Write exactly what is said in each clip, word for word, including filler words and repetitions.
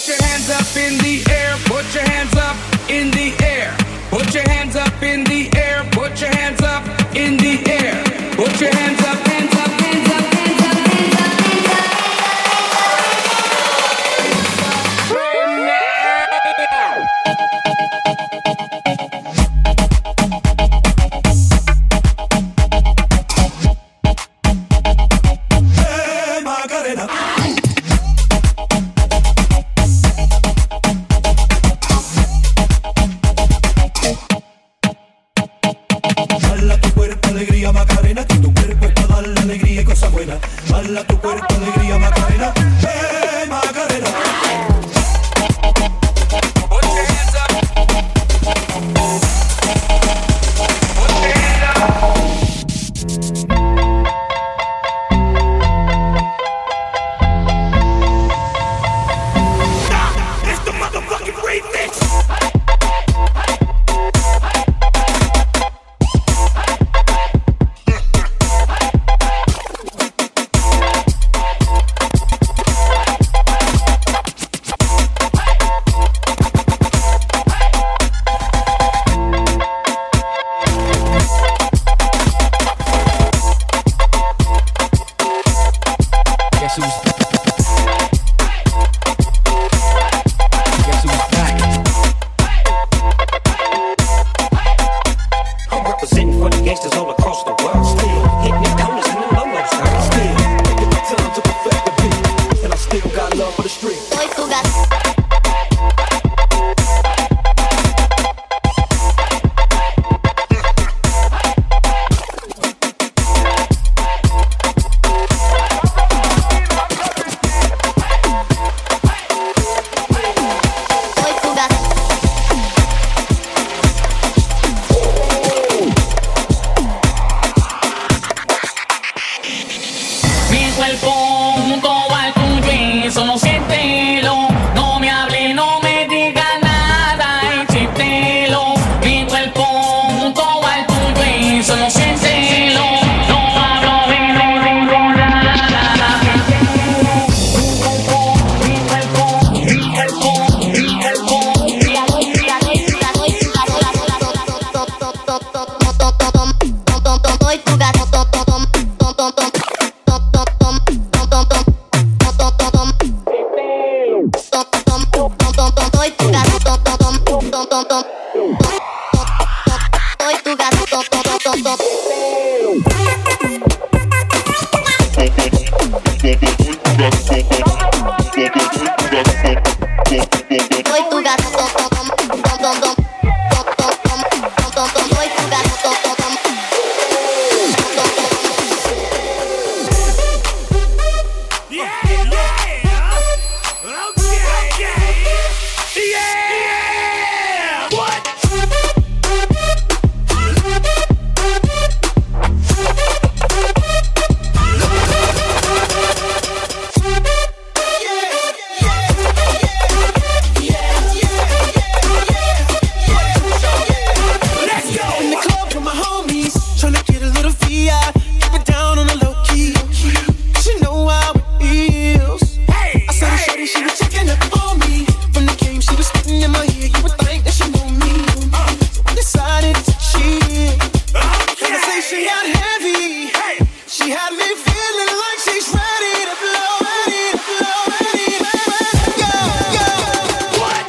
Put your hands up in the air, put your hands up in the air. Put your hands up in the air, put your hands up in the air. Put your hands up, hands up, hands up, hands up, hands up, hands up. Hey, Macarena. Dala tu cuerpo alegría Macarena, que tu cuerpo es para darle alegría y cosas buenas. Dala tu cuerpo alegría Macarena, hey Macarena. Put your hands up. Put your hands up. Nah, it's the motherfucking remix. Guess who's Guess who's back? I'm representing for the gangsters all across the world. Still hitting the corners and the lolos. Still taking my time to perfect the beat, and I still got love for the street. Hoy tu gato. Hoy tu gato. Mi cuerpo junto al tuyo y solo siéntelo. No me hable, no me diga nada y siéntelo. Mi cuerpo junto al tuyo y solo siéntelo. No hablo de no digo nada. Mi cuerpo, mi cuerpo, mi cuerpo, mi cuerpo. Hoy tu gato. Hoy tu gato. Hoy tu gato. Hoy tu gato. Yeah, yeah. Okay, yeah. Yeah. What? Let's go. In the club with my homies, tryna get a little V I, keep it down on the low key. She know how it feels. Hey, I saw her shorty, she was checking up on me. From the game, she was spitting in my ear. You would think that she knew me. So I decided to cheat. Conversation got heavy. Hey. She had me feeling like she's ready to blow, ready to blow, ready to go, go. What?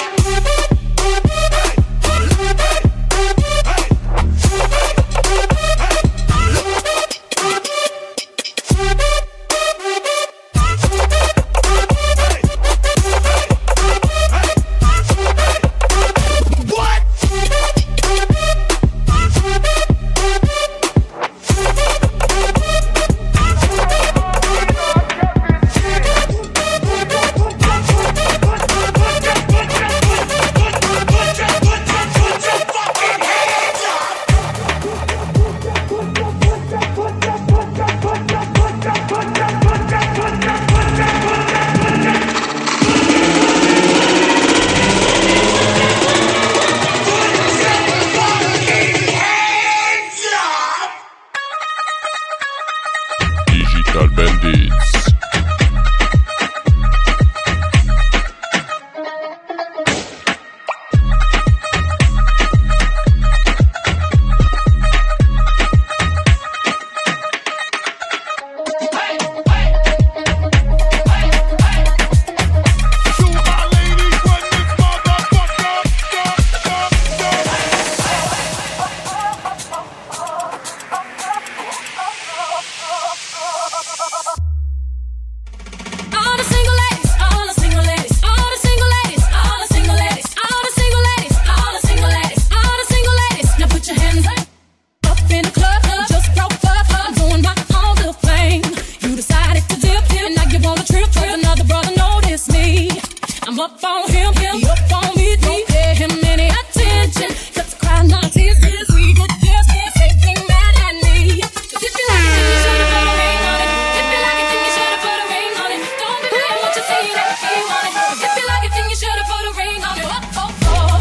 I'm up on him, him, he up on me, don't pay him any attention. Just cry, not tears, tears, we could just can't say thing mad at me. But if you like it, then you should've put a ring on it. If you like it, then you should've put a ring on it. Don't be mad what you say that you want it. If you like it, then you should've put a ring on it. Oh, oh, oh.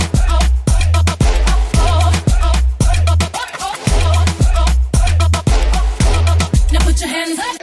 Now put your hands up.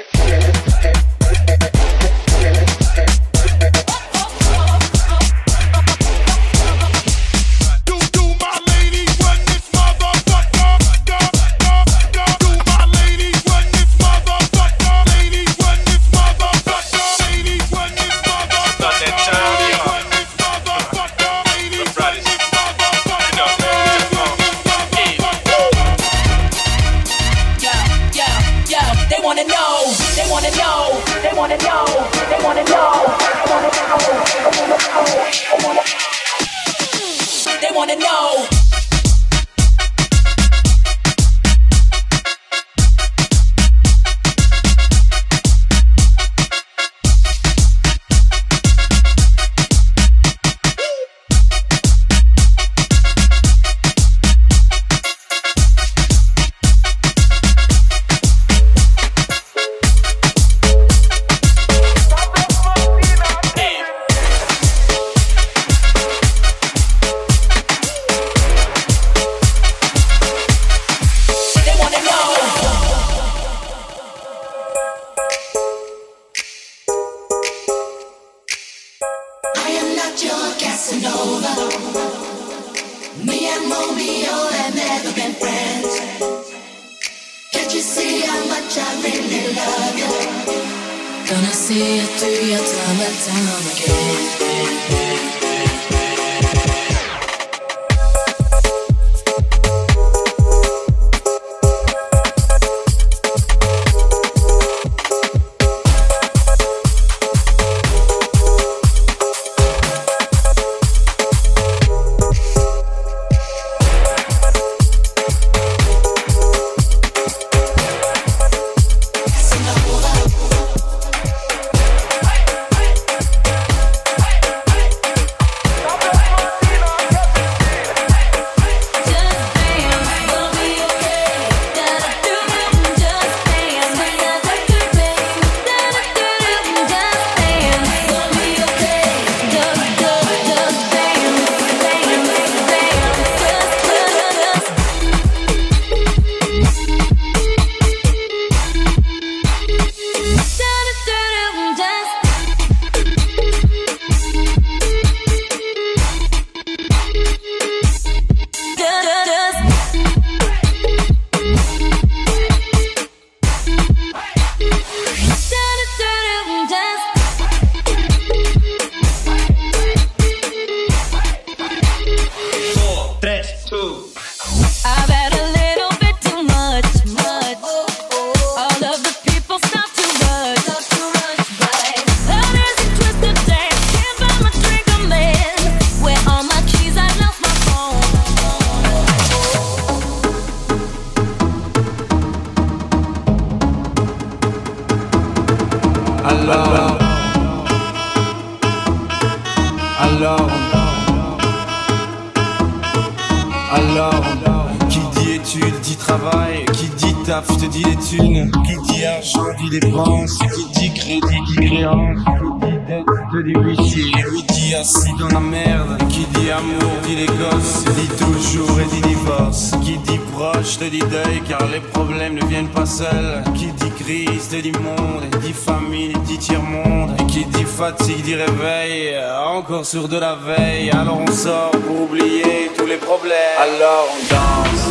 Fatigue dit réveil, encore sur de la veille. Alors on sort pour oublier tous les problèmes. Alors on danse.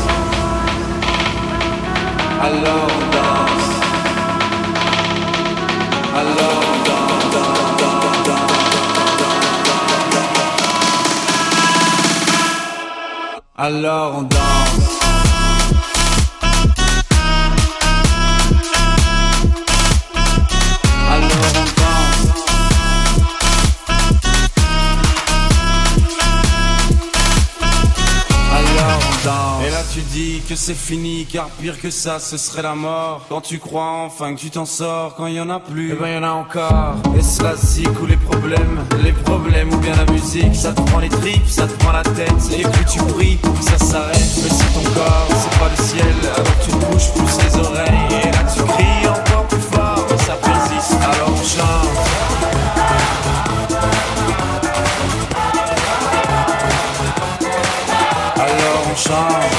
Alors on danse. Alors on danse, danse, danse, danse, danse. Alors on danse. Et la tu dis que c'est fini, car pire que ça ce serait la mort. Quand tu crois enfin que tu t'en sors, quand il y en a plus, eh ben y en a encore. Est-ce la zik ou les problèmes, les problèmes ou bien la musique? Ça te prend les tripes, ça te prend la tête, et puis tu pries pour que ça s'arrête. Mais c'est ton corps, c'est pas le ciel, alors tu te bouges plus les oreilles. Et là tu cries encore plus fort, mais ça persiste, alors on chante. Alors on chante.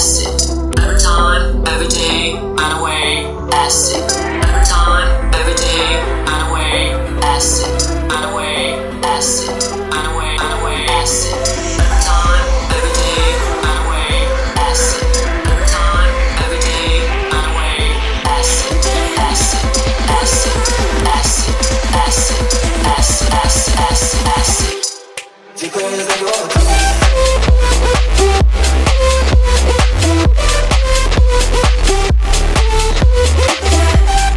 Acid.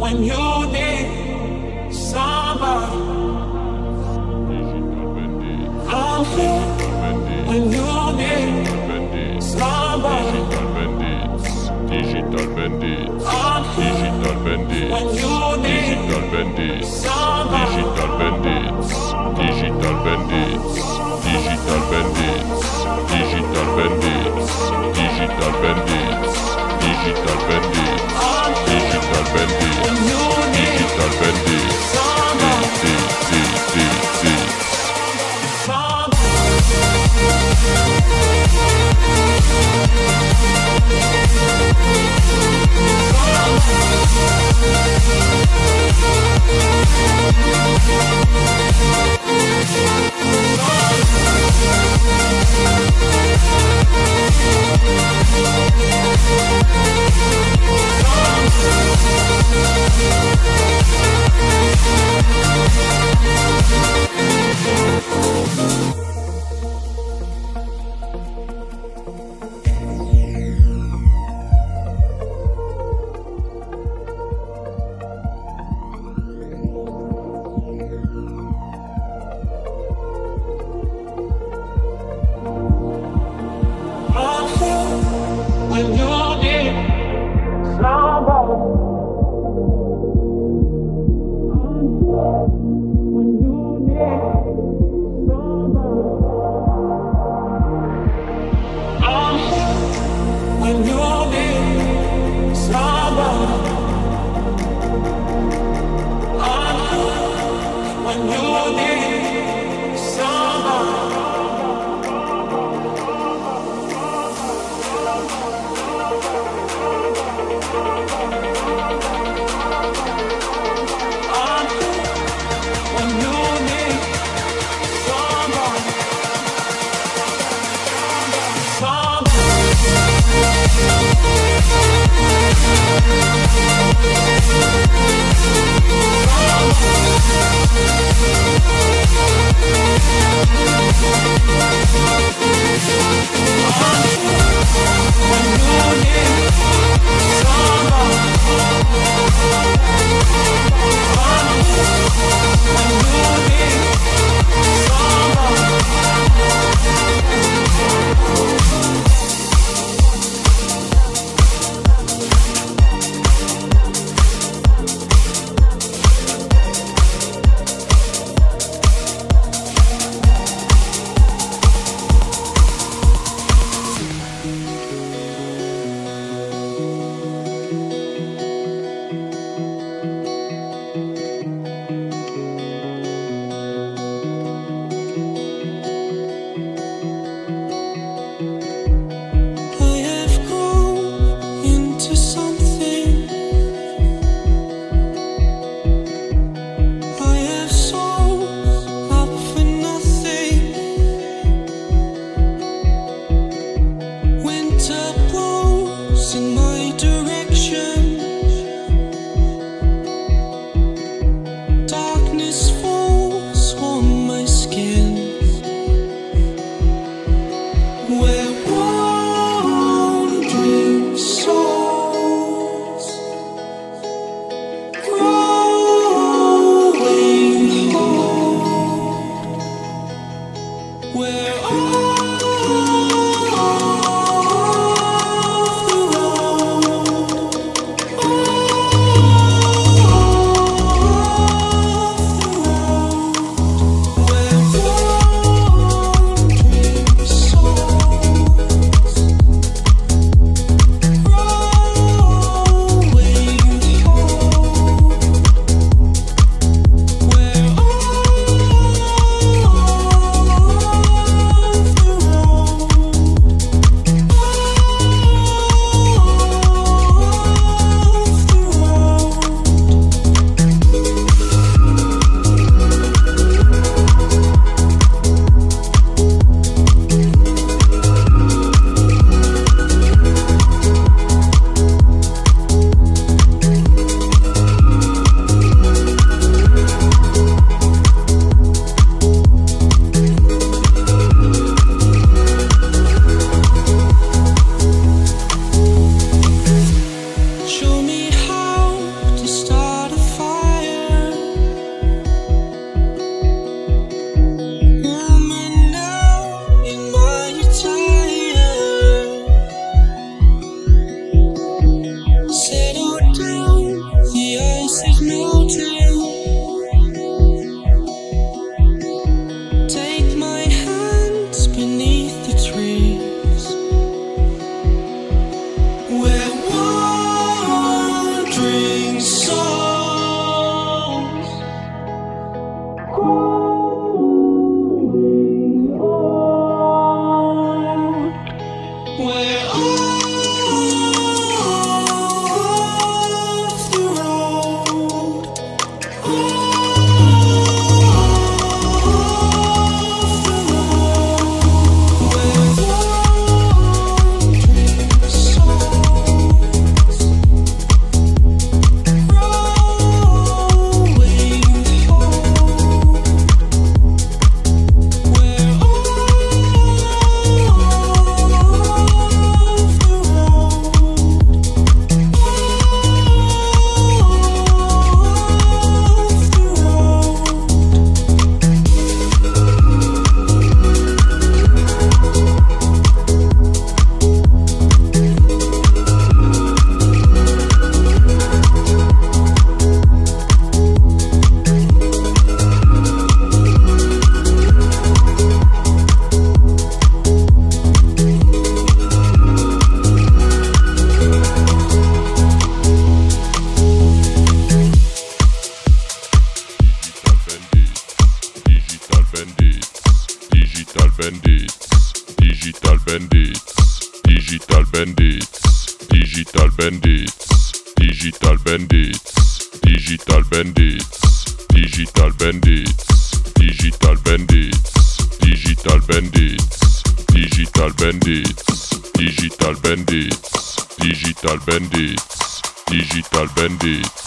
when you need somebody. I'm here when you need somebody. Digital Bandits, I'm here Digital Bandits, when you need Digital Bandits, somebody. Digital Bandits, Digital Bandits, Digital Bandits, Digital Bandits, Digital Bandits, Digital Bandits, I'm here Digital Bandits, when you need Digital Bandits, somebody. D, D, D, D, D. Digital Bandits, Digital Bandits, Digital Bandits, Digital Bandits, Digital Bandits, Digital Bandits, Digital Bandits, Digital Bandits, Digital Bandits, Digital Bandits.